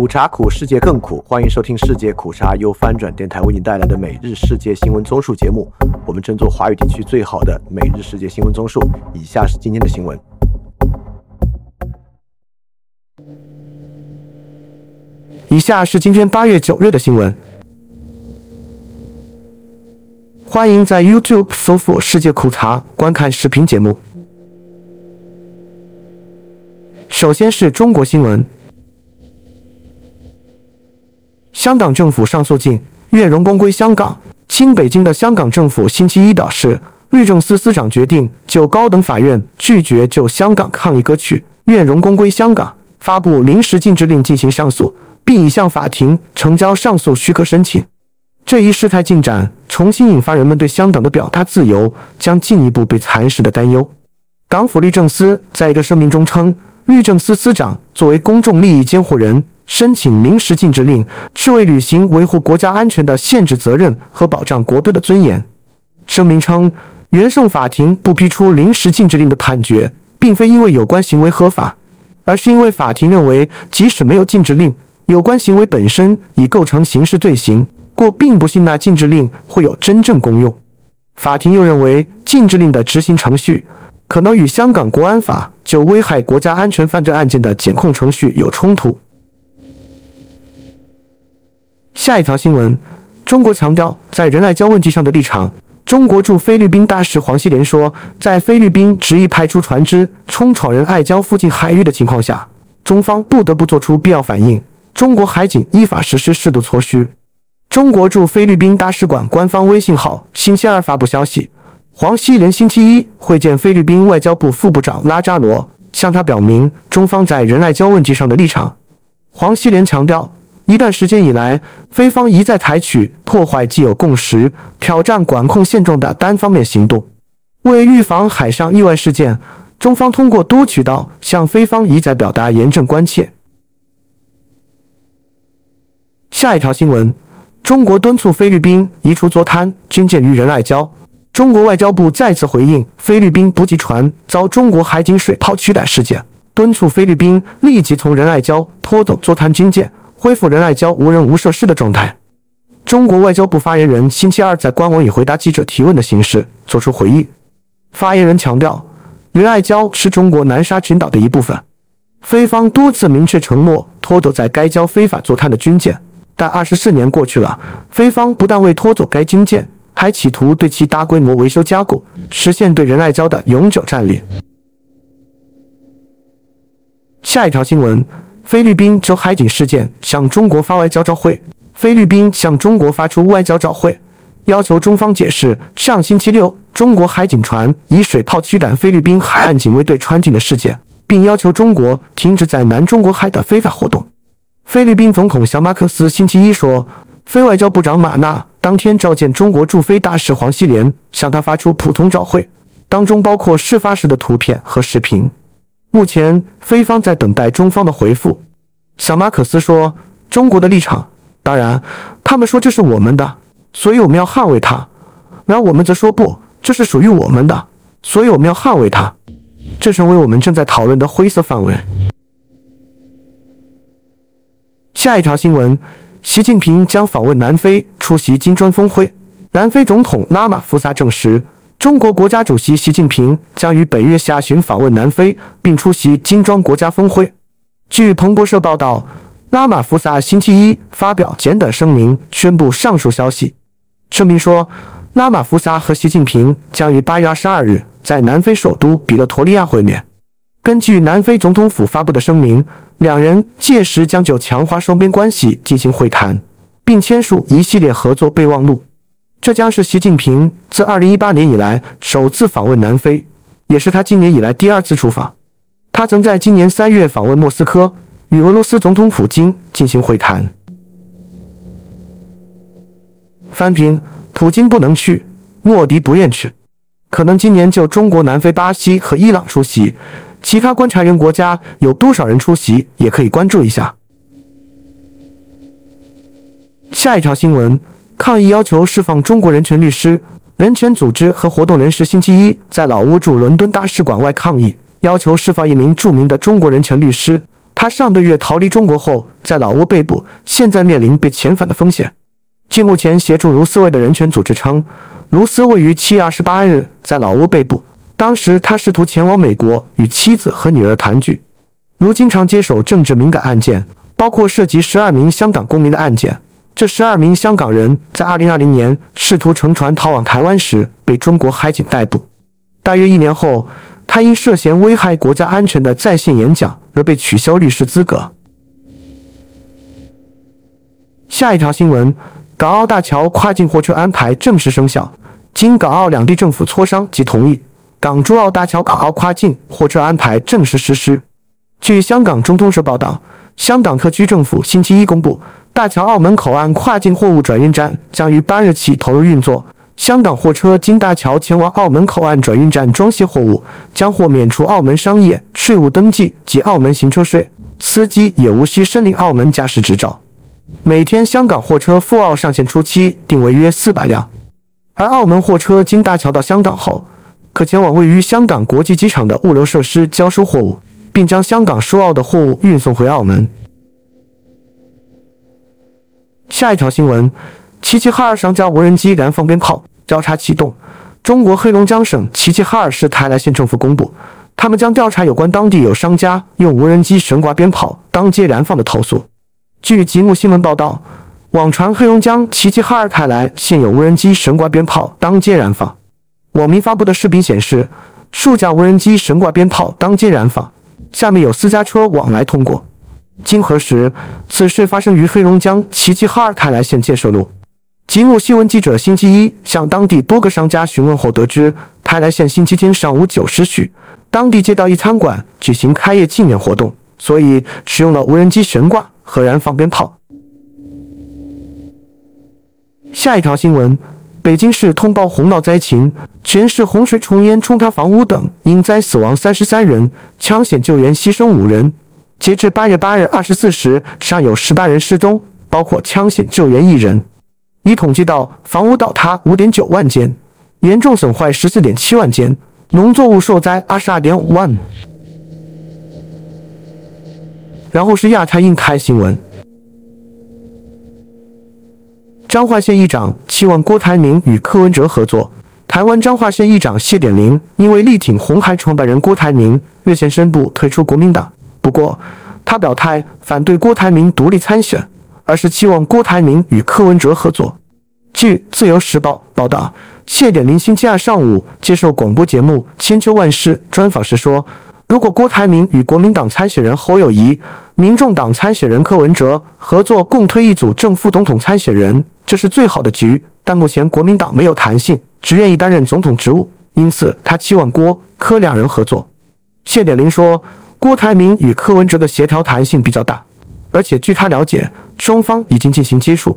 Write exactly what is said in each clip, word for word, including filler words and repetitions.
苦茶苦，世界更苦。欢迎收听世界苦茶由翻转电台为你带来的每日世界新闻综述节目。我们争做华语地区最好的每日世界新闻综述。以下是今天的新闻。 以下是今天八月九日的新闻。欢迎在 YouTube 搜索世界苦茶观看视频节目。首先是中国新闻。香港政府上诉进，愿荣光归香港。亲北京的香港政府星期一表示，律政司司长决定就高等法院拒绝就香港抗议歌曲愿荣光归香港发布临时禁制令进行上诉，并已向法庭呈交上诉许可申请。这一事态进展重新引发人们对香港的表达自由将进一步被蚕食的担忧。港府律政司在一个声明中称，律政司司长作为公众利益监护人申请临时禁制令，是为履行维护国家安全的限制责任和保障国队的尊严。声明称，原讼法庭不批出临时禁制令的判决，并非因为有关行为合法，而是因为法庭认为即使没有禁制令，有关行为本身已构成刑事罪行，故并不信纳禁制令会有真正功用。法庭又认为禁制令的执行程序可能与香港国安法就危害国家安全犯罪案件的检控程序有冲突。下一条新闻，中国强调在仁爱礁问题上的立场。中国驻菲律宾大使黄锡莲说，在菲律宾执意派出船只冲闯仁爱礁附近海域的情况下，中方不得不做出必要反应，中国海警依法实施适度措施。中国驻菲律宾大使馆官方微信号星期二发布消息，黄锡莲星期一会见菲律宾外交部副部长拉扎罗，向他表明中方在仁爱礁问题上的立场。黄锡莲强调，一段时间以来，菲方一再采取破坏既有共识、挑战管控现状的单方面行动。为预防海上意外事件，中方通过多渠道向菲方一再表达严正关切。下一条新闻，中国敦促菲律宾移除作滩军舰于仁爱礁。中国外交部再次回应菲律宾补给船遭中国海警水炮驱逮事件，敦促菲律宾立即从仁爱礁拖走作滩军舰，恢复仁爱礁无人无设施的状态。中国外交部发言人星期二在官网以回答记者提问的形式作出回应。发言人强调，仁爱礁是中国南沙群岛的一部分，菲方多次明确承诺拖走在该礁非法作滩的军舰，但二十四年过去了，菲方不但未拖走该军舰，还企图对其大规模维修加固，实现对仁爱礁的永久占领。下一条新闻，菲律宾就海警事件向中国发外交照会。菲律宾向中国发出外交照会，要求中方解释上星期六中国海警船以水炮驱赶菲律宾海岸警卫队船艇的事件，并要求中国停止在南中国海的非法活动。菲律宾总统小马可斯星期一说，菲外交部长马纳当天召见中国驻菲大使黄锡莲，向他发出普通照会，当中包括事发时的图片和视频。目前菲方在等待中方的回复。小马可斯说，中国的立场，当然他们说这是我们的，所以我们要捍卫它，然后我们则说不，这是属于我们的，所以我们要捍卫它，这成为我们正在讨论的灰色范围。下一条新闻，习近平将访问南非出席金砖峰会。南非总统拉马福萨证实，中国国家主席习近平将于本月下旬访问南非，并出席金砖国家峰会。据彭博社报道，拉马福萨星期一发表简短声明，宣布上述消息。声明说，拉马福萨和习近平将于八月二十二日在南非首都比勒陀利亚会面。根据南非总统府发布的声明，两人届时将就强化双边关系进行会谈，并签署一系列合作备忘录。这将是习近平自二零一八年以来首次访问南非，也是他今年以来第二次出访。他曾在今年三月访问莫斯科，与俄罗斯总统普京进行会谈。翻评，普京不能去，莫迪不愿去。可能今年就中国、南非、巴西和伊朗出席，其他观察员国家有多少人出席也可以关注一下。下一条新闻，抗议要求释放中国人权律师。人权组织和活动人士星期一在老挝驻伦敦大使馆外抗议，要求释放一名著名的中国人权律师。他上个月逃离中国后， 在老挝被捕，现在面临被遣返的风险。据目前协助卢思位的人权组织称，卢思位于七月二十八日在老挝被捕，当时他试图前往美国与妻子和女儿团聚。卢经常接手政治敏感案件，包括涉及十二名香港公民的案件。这十二名香港人在二零二零年试图乘船逃往台湾时被中国海警逮捕。大约一年后，他因涉嫌危害国家安全的在线演讲而被取消律师资格。下一条新闻，港澳大桥跨境货车安排正式生效，经港澳两地政府磋商及同意，港珠澳大桥港澳跨境货车安排正式实施。据香港中通社报道，香港特区政府星期一公布，大桥澳门口岸跨境货物转运站将于八日起投入运作。香港货车经大桥前往澳门口岸转运站装卸货物，将获免除澳门商业税务登记及澳门行车税，司机也无需申领澳门驾驶执照。每天香港货车赴澳上线初期定为约四百辆，而澳门货车经大桥到香港后，可前往位于香港国际机场的物流设施交收货物，并将香港输澳的货物运送回澳门。下一条新闻，齐齐哈尔商家无人机燃放鞭炮，调查启动。中国黑龙江省齐齐哈尔市台来县政府公布，他们将调查有关当地有商家用无人机悬挂鞭炮当街燃放的投诉。据吉木新闻报道，网传黑龙江齐齐哈尔台来现有无人机悬挂鞭炮当街燃放。网民发布的视频显示，数架无人机悬挂鞭炮当街燃放，下面有私家车往来通过。经核实，此事发生于黑龙江齐齐哈尔台来县建设路。吉木新闻记者星期一向当地多个商家询问后得知，台来县星期天上午九时许，当地街道一餐馆举行开业纪念活动，所以使用了无人机悬挂和燃放鞭炮。下一条新闻，北京市通报洪涝灾情，全市洪水冲淹冲塌房屋等，因灾死亡三十三人，抢险救援牺牲五人。截至八月八日二十四时，尚有十八人失踪，包括抢险救援一人。已统计到房屋倒塌 五点九万间，严重损坏 十四点七万间，农作物受灾 二十二点五万。然后是亚太印太新闻。彰化县议长期望郭台铭与柯文哲合作。台湾彰化县议长谢点玲因为力挺鸿海创办人郭台铭，日前宣布退出国民党。不过，他表态反对郭台铭独立参选，而是期望郭台铭与柯文哲合作。据《自由时报》报道，谢点玲星期二上午接受广播节目《千秋万世》专访时说，如果郭台铭与国民党参选人侯友宜、民众党参选人柯文哲合作共推一组正副总统参选人，这是最好的局，但目前国民党没有弹性，只愿意担任总统职务，因此他期望郭、柯两人合作。谢点玲说，郭台铭与柯文哲的协调弹性比较大，而且据他了解，双方已经进行接触。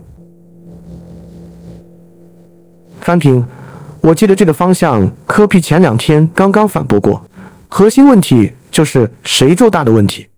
翻评，我记得这个方向柯 P 前两天刚刚反驳过，核心问题就是谁做大的问题。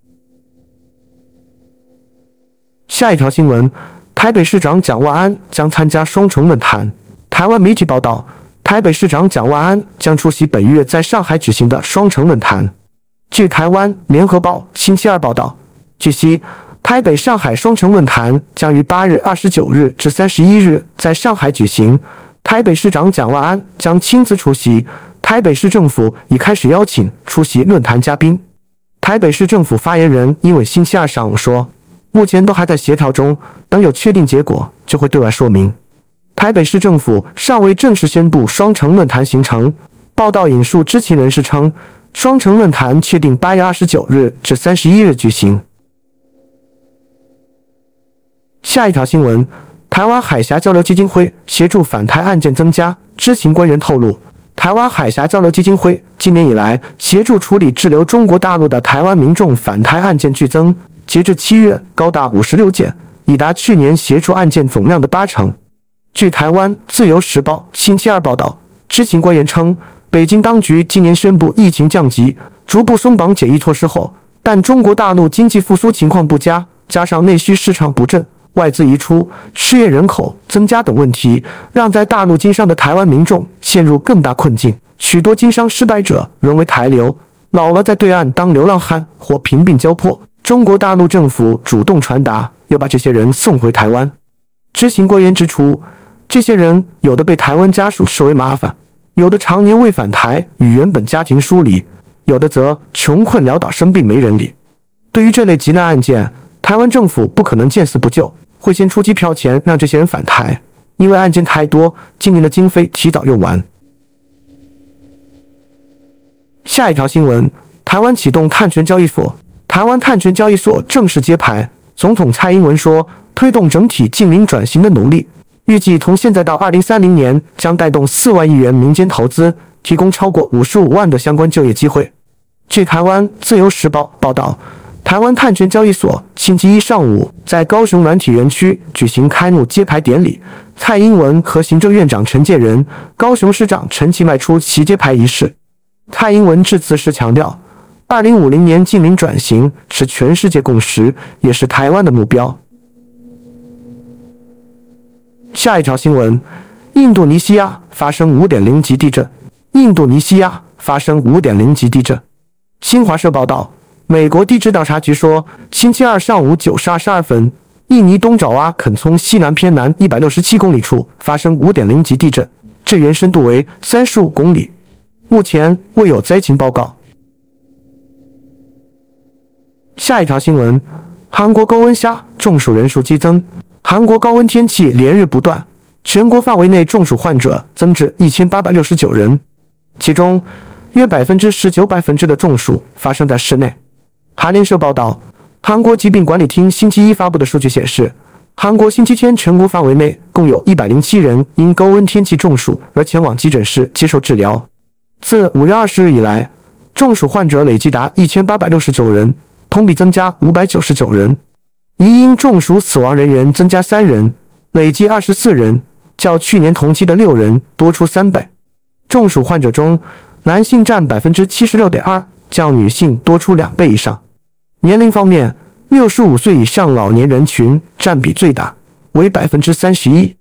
下一条新闻，台北市长蒋万安将参加双城论坛。台湾媒体报道，台北市长蒋万安将出席本月在上海举行的双城论坛。据台湾联合报星期二报道，据悉，台北上海双城论坛将于八月二十九日至三十一日在上海举行，台北市长蒋万安将亲自出席，台北市政府已开始邀请出席论坛嘉宾。台北市政府发言人因为星期二上午说，目前都还在协调中，等有确定结果就会对外说明。台北市政府尚未正式宣布双城论坛行程，报道引述知情人士称，双城论坛确定八月二十九日至三十一日举行。下一条新闻，台湾海峡交流基金会协助反台案件增加，知情官员透露，台湾海峡交流基金会今年以来协助处理滞留中国大陆的台湾民众反台案件剧增，截至七月高达五十六件，已达去年协助案件总量的八成。据台湾自由时报星期二报道，知情官员称，北京当局今年宣布疫情降级，逐步松绑检疫措施后，但中国大陆经济复苏情况不佳，加上内需市场不振、外资移出、失业人口增加等问题，让在大陆经商的台湾民众陷入更大困境，许多经商失败者沦为台流，老了在对岸当流浪汉或贫病交迫， 中国大陆政府主动传达要把这些人送回台湾。知情官员指出，这些人有的被台湾家属视为麻烦，有的常年未返台与原本家庭疏离，有的则穷困潦倒生病没人理。对于这类急难案件，台湾政府不可能见死不救，会先出机票钱让这些人返台，因为案件太多，今年的经费提早用完。下一条新闻，台湾启动碳权交易所。台湾碳权交易所正式揭牌，总统蔡英文说，推动整体净零转型的努力，预计从现在到二零三零年将带动四万亿元民间投资，提供超过五十五万的相关就业机会。据台湾自由时报报道，台湾碳权交易所星期一上午在高雄软体园区举行开幕揭牌典礼，蔡英文和行政院长陈建仁、高雄市长陈其迈出席揭牌仪式。蔡英文致辞时强调，二零五零年净零转型是全世界共识，也是台湾的目标。下一条新闻，印度尼西亚发生 五点零 级地震。印度尼西亚发生 五点零 级地震。新华社报道，美国地质调查局说，星期二上午九时二十二分，印尼东爪哇肯聪西南偏南一百六十七公里处发生 五点零 级地震，震源深度为三十五公里，目前未有灾情报告。下一条新闻，韩国高温下中暑人数激增。韩国高温天气连日不断，全国范围内中暑患者增至一千八百六十九人，其中约 百分之十九 百分之的中暑发生在室内。韩联社报道，韩国疾病管理厅星期一发布的数据显示，韩国星期天全国范围内共有一百零七人因高温天气中暑而前往急诊室接受治疗。自五月二十日以来，中暑患者累计达一千八百六十九人，同比增加五百九十九人。疑因中暑死亡人员增加三人，累计二十四人，较去年同期的六人多出三倍。中暑患者中，男性占 百分之七十六点二， 较女性多出两倍以上。年龄方面，六十五岁以上老年人群占比最大，为 百分之三十一。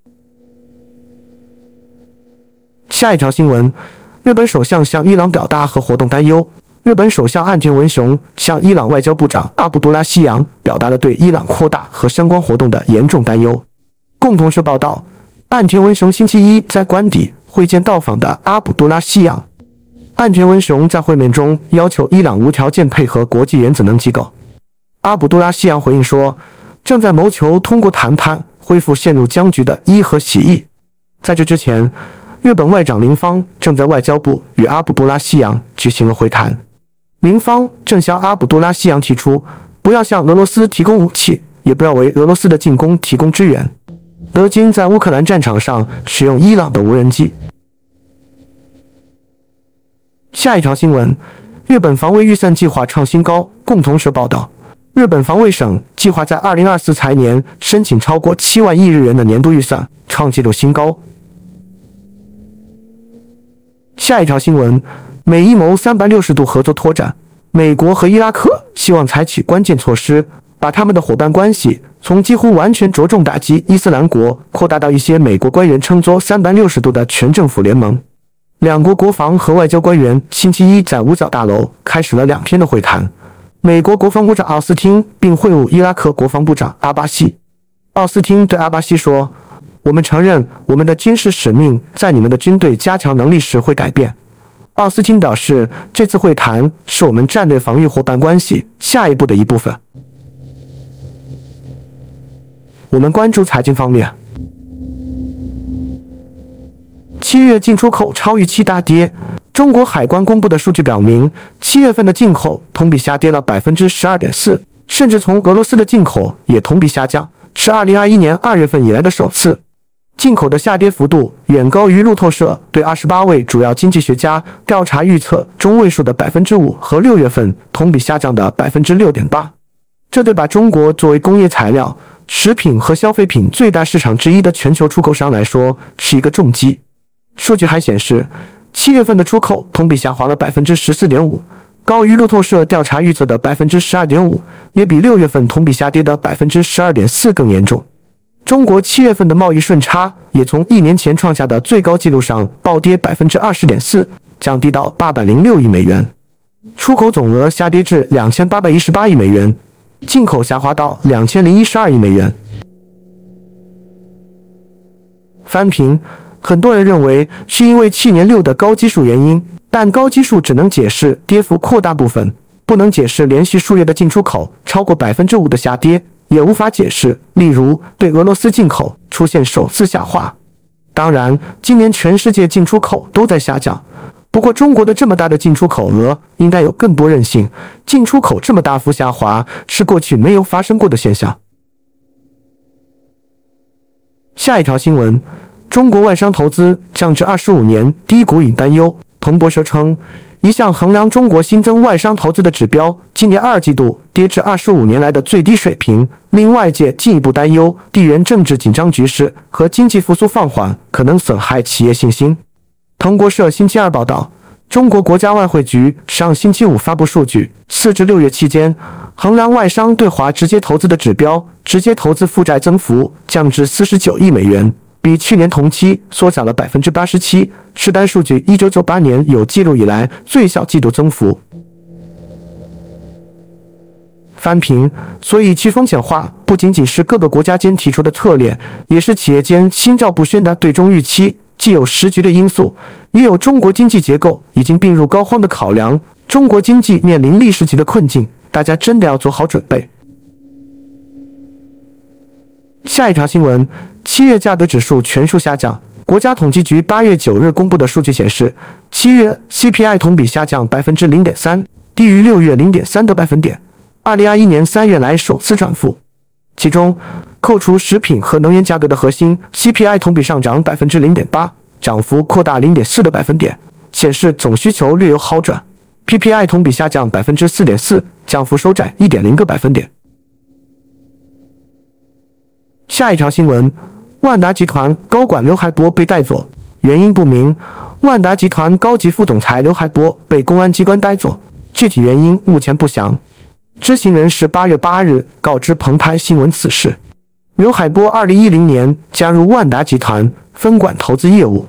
下一条新闻，日本首相向伊朗表达核活动担忧。日本首相岸田文雄向伊朗外交部长阿卜杜拉希扬表达了对伊朗扩大核相关活动的严重担忧。共同社报道，岸田文雄星期一在官邸会见到访的阿卜杜拉希扬。岸田文雄在会面中要求伊朗无条件配合国际原子能机构。阿卜杜拉希扬回应说，正在谋求通过谈判恢复陷入僵局的伊核协议。在这之前，日本外长林芳正在外交部与阿卜杜拉希扬举行了会谈。林芳正向阿卜杜拉希扬提出，不要向俄罗斯提供武器，也不要为俄罗斯的进攻提供支援。德军在乌克兰战场上使用伊朗的无人机。下一条新闻，日本防卫预算计划创新高。共同社报道，日本防卫省计划在二零二四财年申请超过七万亿日元的年度预算，创纪录新高。下一条新闻，美伊谋三百六十度合作拓展。美国和伊拉克希望采取关键措施，把他们的伙伴关系从几乎完全着重打击伊斯兰国扩大到一些美国官员称作三百六十度的全政府联盟。两国国防和外交官员星期一在五角大楼开始了两天的会谈。美国国防部长奥斯汀并会晤伊拉克国防部长阿巴西。奥斯汀对阿巴西说，我们承认我们的军事使命在你们的军队加强能力时会改变。奥斯汀表示，这次会谈是我们战略防御伙伴关系下一步的一部分。我们关注财经方面，七月进出口超预期大跌。中国海关公布的数据表明，七月份的进口同比下跌了 百分之十二点四， 甚至从俄罗斯的进口也同比下降，是二零二一年二月份以来的首次。进口的下跌幅度远高于路透社对二十八位主要经济学家调查预测中位数的 百分之五 和六月份同比下降的 百分之六点八。 这对把中国作为工业材料、食品和消费品最大市场之一的全球出口商来说是一个重击。数据还显示，七月份的出口同比下滑了 百分之十四点五， 高于路透社调查预测的 百分之十二点五， 也比六月份同比下跌的 百分之十二点四 更严重。中国七月份的贸易顺差也从一年前创下的最高纪录上暴跌 百分之二十点四， 降低到八百零六亿美元。出口总额下跌至两千八百一十八亿美元， 进口下滑到两千零一十二亿美元。翻评，很多人认为是因为去年六的高基数原因，但高基数只能解释跌幅扩大部分，不能解释连续数月的进出口超过 百分之五 的下跌，也无法解释例如对俄罗斯进口出现首次下滑。当然，今年全世界进出口都在下降，不过中国的这么大的进出口额应该有更多韧性，进出口这么大幅下滑是过去没有发生过的现象。下一条新闻，中国外商投资降至二十五年低谷引担忧。彭博社称，一项衡量中国新增外商投资的指标，今年二季度跌至二十五年来的最低水平，令外界进一步担忧地缘政治紧张局势和经济复苏放缓可能损害企业信心。彭博社星期二报道，中国国家外汇局上星期五发布数据，四至六月期间，衡量外商对华直接投资的指标，直接投资负债增幅降至四十九亿美元，比去年同期缩小了 百分之八十七， 是该数据一九九八年有记录以来最小季度增幅。翻评，所以去风险化不仅仅是各个国家间提出的策略，也是企业间心照不宣的对中预期，既有时局的因素，也有中国经济结构已经病入膏肓的考量。中国经济面临历史级的困境，大家真的要做好准备。下一条新闻，七月价格指数全数下降。国家统计局八月九日公布的数据显示，七月 C P I 同比下降 百分之零点三， 低于六月 零点三 个百分点，二零二一年三月来首次转负。其中，扣除食品和能源价格的核心 C P I 同比上涨 百分之零点八， 涨幅扩大 零点四 个百分点，显示总需求略有好转。P P I 同比下降 百分之四点四， 降幅收窄 一点零 个百分点。下一条新闻，万达集团高管刘海波被带走，原因不明。万达集团高级副总裁刘海波被公安机关带走，具体原因目前不详。知情人士八月八日告知澎湃新闻此事。刘海波二零一零年加入万达集团，分管投资业务。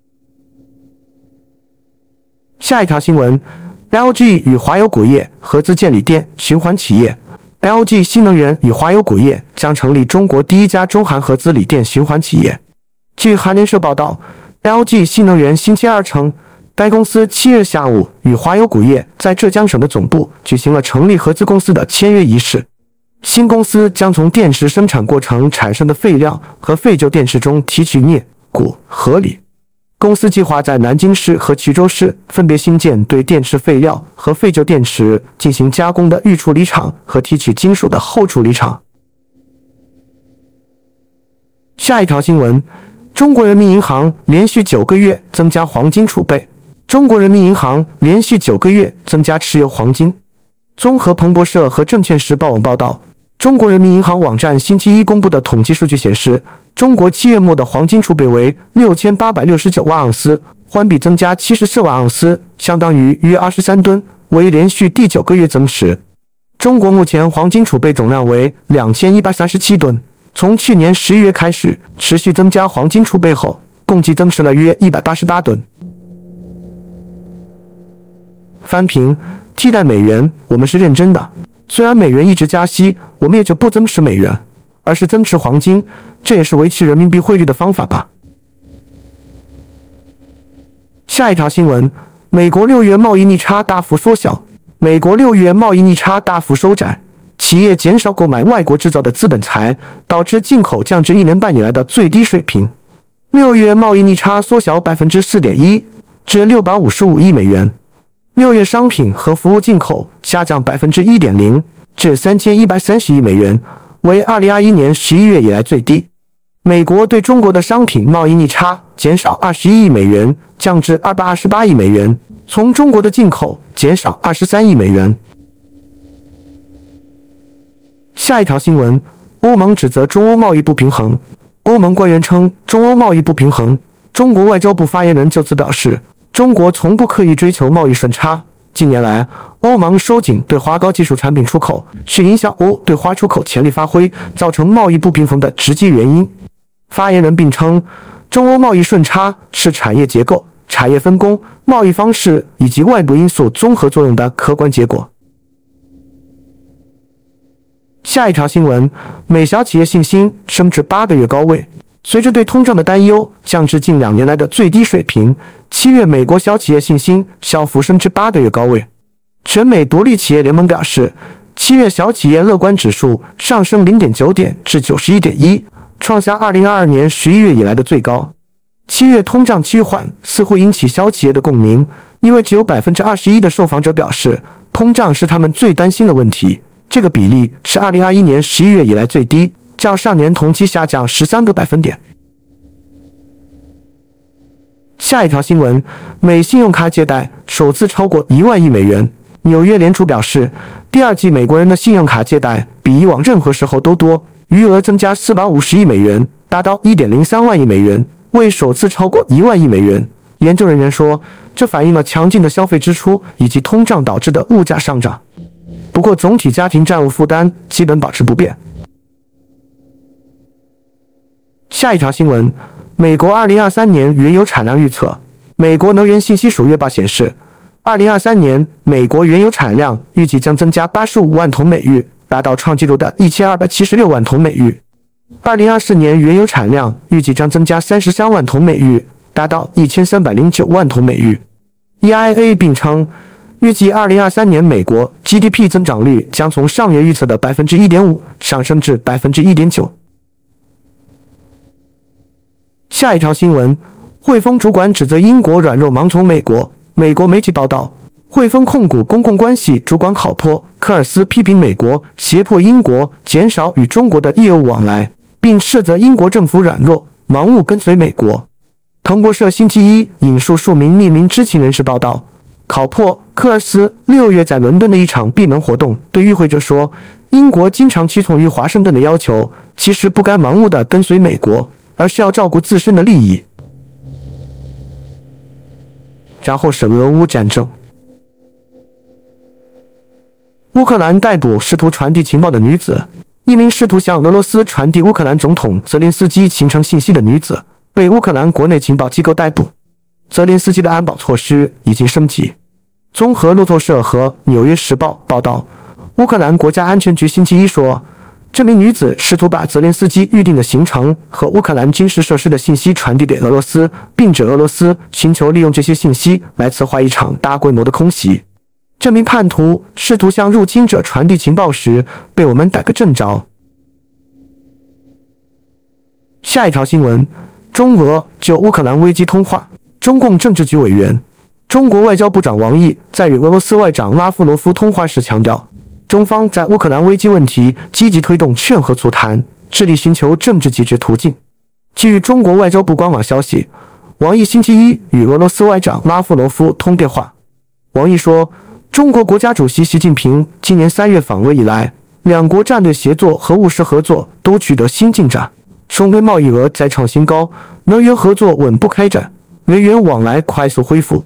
下一条新闻， L G 与华友钴业合资建立电循环企业。L G 新能源与华友钴业将成立中国第一家中韩合资锂电循环企业。据韩联社报道， L G 新能源星期二称，该公司七日下午与华友钴业在浙江省的总部举行了成立合资公司的签约仪式。新公司将从电池生产过程产生的废料和废旧电池中提取镍、钴和锂。公司计划在南京市和衢州市分别新建对电池废料和废旧电池进行加工的预处理厂和提取金属的后处理厂。下一条新闻，中国人民银行连续九个月增加黄金储备。中国人民银行连续九个月增加持有黄金。综合彭博社和证券时报网报道，中国人民银行网站星期一公布的统计数据显示，中国七月末的黄金储备为六千八百六十九万盎司，环比增加七十四万盎司，相当于约二十三吨，为连续第九个月增持。中国目前黄金储备总量为两千一百三十七吨，从去年十一月开始持续增加黄金储备后，共计增持了约一百八十八吨。翻评，替代美元，我们是认真的。虽然美元一直加息，我们也就不增持美元，而是增持黄金，这也是维持人民币汇率的方法吧。下一条新闻，美国六月贸易逆差大幅缩小。美国六月贸易逆差大幅收窄，企业减少购买外国制造的资本财，导致进口降至一年半以来的最低水平。六月贸易逆差缩小 百分之四点一 至六百五十五亿美元。六月商品和服务进口下降 百分之一点零 至三千一百三十亿美元，为二零二一年十一月以来最低。美国对中国的商品贸易逆差减少二十一亿美元，降至二百二十八亿美元，从中国的进口减少二十三亿美元。下一条新闻，欧盟指责中欧贸易不平衡。欧盟官员称中欧贸易不平衡，中国外交部发言人就此表示，中国从不刻意追求贸易顺差。近年来，欧盟收紧对华高技术产品出口，是影响欧对华出口潜力发挥，造成贸易不平衡的直接原因。发言人并称，中欧贸易顺差是产业结构、产业分工、贸易方式以及外部因素综合作用的客观结果。 下一条新闻，美小企业信心升至八个月高位。随着对通胀的担忧降至近两年来的最低水平，七月美国小企业信心小幅升至八个月高位。全美独立企业联盟表示，七月小企业乐观指数上升 零点九 点至 九十一点一， 创下二零二二年十一月以来的最高。七月通胀趋缓似乎引起小企业的共鸣，因为只有 百分之二十一 的受访者表示通胀是他们最担心的问题，这个比例是二零二一年十一月以来最低，较上年同期下降十三个百分点。下一条新闻，美信用卡借贷首次超过一万亿美元。纽约联储表示，第二季美国人的信用卡借贷比以往任何时候都多，余额增加四百五十亿美元，达到 一点零三万亿美元，为首次超过一万亿美元。研究人员说，这反映了强劲的消费支出以及通胀导致的物价上涨。不过，总体家庭债务负担基本保持不变。下一条新闻，美国二零二三年原油产量预测。美国能源信息署月报显示，二零二三年美国原油产量预计将增加八十五万桶每日，达到创纪录的一千二百七十六万桶每日。二零二四年原油产量预计将增加三十三万桶每日，达到一千三百零九万桶每日。E I A 并称，预计二零二三年美国 G D P 增长率将从上月预测的 百分之一点五 上升至 百分之一点九。下一条新闻，汇丰主管指责英国软弱盲从美国。美国媒体报道，汇丰控股公共关系主管考珀·科尔斯批评美国胁迫英国减少与中国的业务往来，并斥责英国政府软弱、盲目跟随美国。彭博社星期一引述数名匿名知情人士报道，考珀·科尔斯六月在伦敦的一场闭门活动对与会者说，英国经常屈从于华盛顿的要求，其实不该盲目地跟随美国，而是要照顾自身的利益。然后是俄乌战争。乌克兰逮捕试图传递情报的女子。一名试图向俄罗斯传递乌克兰总统泽连斯基行程信息的女子被乌克兰国内情报机构逮捕。泽连斯基的安保措施已经升级。综合路透社和纽约时报报道，乌克兰国家安全局星期一说，这名女子试图把泽连斯基预定的行程和乌克兰军事设施的信息传递给俄罗斯，并指俄罗斯寻求利用这些信息来策划一场大规模的空袭。这名叛徒试图向入侵者传递情报时，被我们逮个正着。下一条新闻，中俄就乌克兰危机通话。中共政治局委员、中国外交部长王毅在与俄罗斯外长拉夫罗夫通话时强调，中方在乌克兰危机问题积极推动劝和促谈，致力寻求政治解决途径。基于中国外交部官网消息，王毅星期一与俄罗斯外长拉夫罗夫通电话。王毅说，中国国家主席习近平今年三月访俄以来，两国战略协作和务实合作都取得新进展，双边贸易额再创新高，能源合作稳步开展，人员往来快速恢复。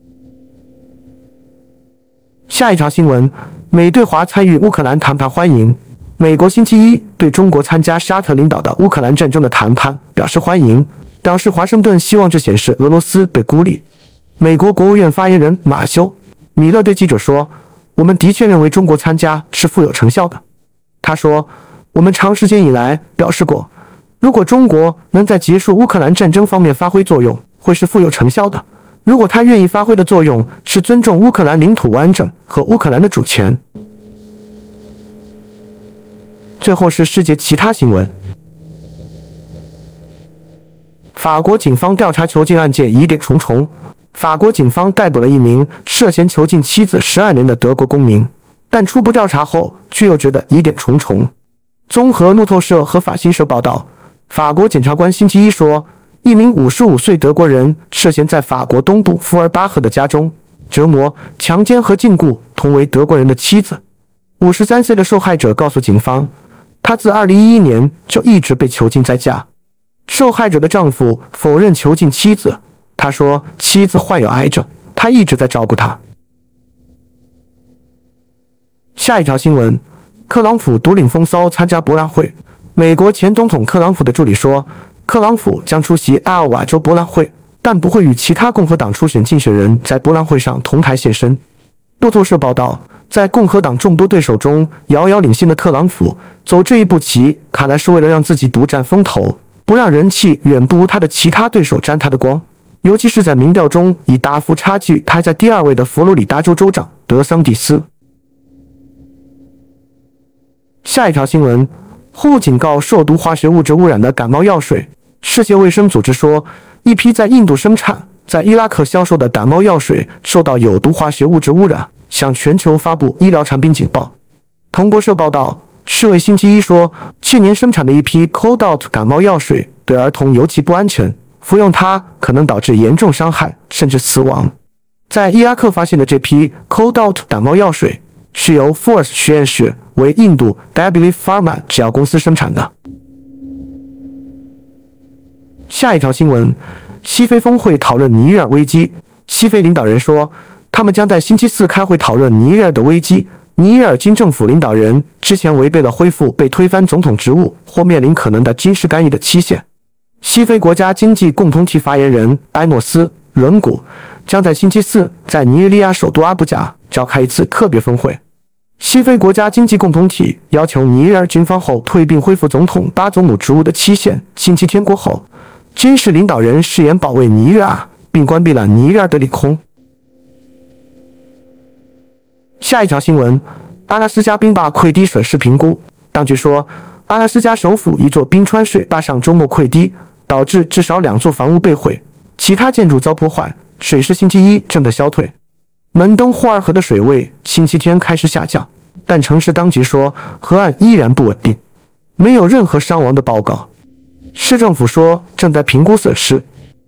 下一条新闻，美对华参与乌克兰谈判欢迎。美国星期一对中国参加沙特领导的乌克兰战争的谈判表示欢迎，表示华盛顿希望这显示俄罗斯被孤立。美国国务院发言人马修·米勒对记者说，我们的确认为中国参加是富有成效的。他说，我们长时间以来表示过，如果中国能在结束乌克兰战争方面发挥作用，会是富有成效的。如果他愿意发挥的作用是尊重乌克兰领土完整和乌克兰的主权。最后是世界其他新闻。法国警方调查囚禁案件疑点重重。法国警方逮捕了一名涉嫌囚禁妻子十二年的德国公民，但初步调查后却又觉得疑点重重。综合路透社和法新社报道，法国检察官星期一说，一名五十五岁德国人涉嫌在法国东部福尔巴赫的家中折磨、强奸和禁锢同为德国人的妻子。五十三岁的受害者告诉警方，他自二零一一年就一直被囚禁在家。受害者的丈夫否认囚禁妻子，他说妻子患有癌症，他一直在照顾她。下一条新闻，特朗普独领风骚参加博览会。美国前总统特朗普的助理说，特朗普将出席艾奥瓦州博览会，但不会与其他共和党初选竞选人在博览会上同台现身。 路透社报道，在共和党众多对手中遥遥领先的特朗普走这一步棋，看来是为了让自己独占风头，不让人气远不如他的其他对手沾他的光。尤其是在民调中以大幅差距排在第二位的佛罗里达州州长德桑蒂斯。下一条新闻，WHO警告受毒化学物质污染的感冒药水。世界卫生组织说，一批在印度生产、在伊拉克销售的感冒药水受到有毒化学物质污染，向全球发布医疗产品警报。彭博社报道，世卫星期一说，去年生产的一批 Codalt 感冒药水对儿童尤其不安全，服用它可能导致严重伤害甚至死亡。在伊拉克发现的这批 Codalt 感冒药水是由 Force 实验室为印度 Dabili Pharma 制药公司生产的。下一条新闻，西非峰会讨论尼日尔危机。西非领导人说，他们将在星期四开会讨论尼日尔的危机。尼日尔军政府领导人之前违背了恢复被推翻总统职务或面临可能的军事干预的期限。西非国家经济共同体发言人埃诺斯·伦古将在星期四在尼日利亚首都阿布贾召开一次特别峰会。西非国家经济共同体要求尼日尔军方后退并恢复总统巴祖姆职务的期限星期天过后，军事领导人誓言保卫尼日尔，并关闭了尼日尔的领空。下一条新闻，阿拉斯加冰坝溃堤损失评估。当局说，阿拉斯加首府一座冰川水坝上周末溃堤，导致至少两座房屋被毁，其他建筑遭破坏，水势星期一正在消退。门登霍尔河的水位星期天开始下降，但城市当局说河岸依然不稳定，没有任何伤亡的报告。市政府说正在评估损失。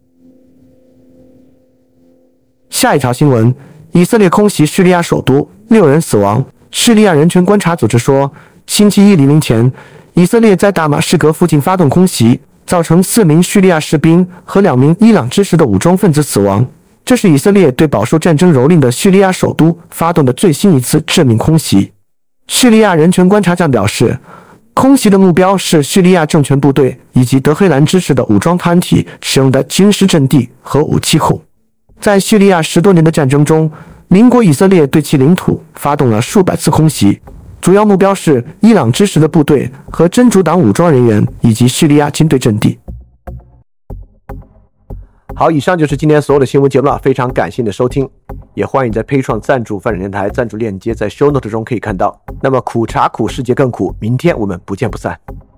下一条新闻，以色列空袭叙利亚首都，六人死亡。叙利亚人权观察组织说，星期一黎明前，以色列在大马士革附近发动空袭，造成四名叙利亚士兵和两名伊朗支持的武装分子死亡。这是以色列对饱受战争蹂躏的叙利亚首都发动的最新一次致命空袭。叙利亚人权观察站表示，空袭的目标是叙利亚政权部队以及德黑兰支持的武装团体使用的军事阵地和武器库。在叙利亚十多年的战争中，邻国以色列对其领土发动了数百次空袭，主要目标是伊朗支持的部队和真主党武装人员以及叙利亚军队阵地。 好，以上就是今天所有的新闻节目了，非常感谢你的收听，也欢迎在 Patreon 赞助翻转电台，赞助链接在 show note 中可以看到。那么苦茶苦，世界更苦，明天我们不见不散。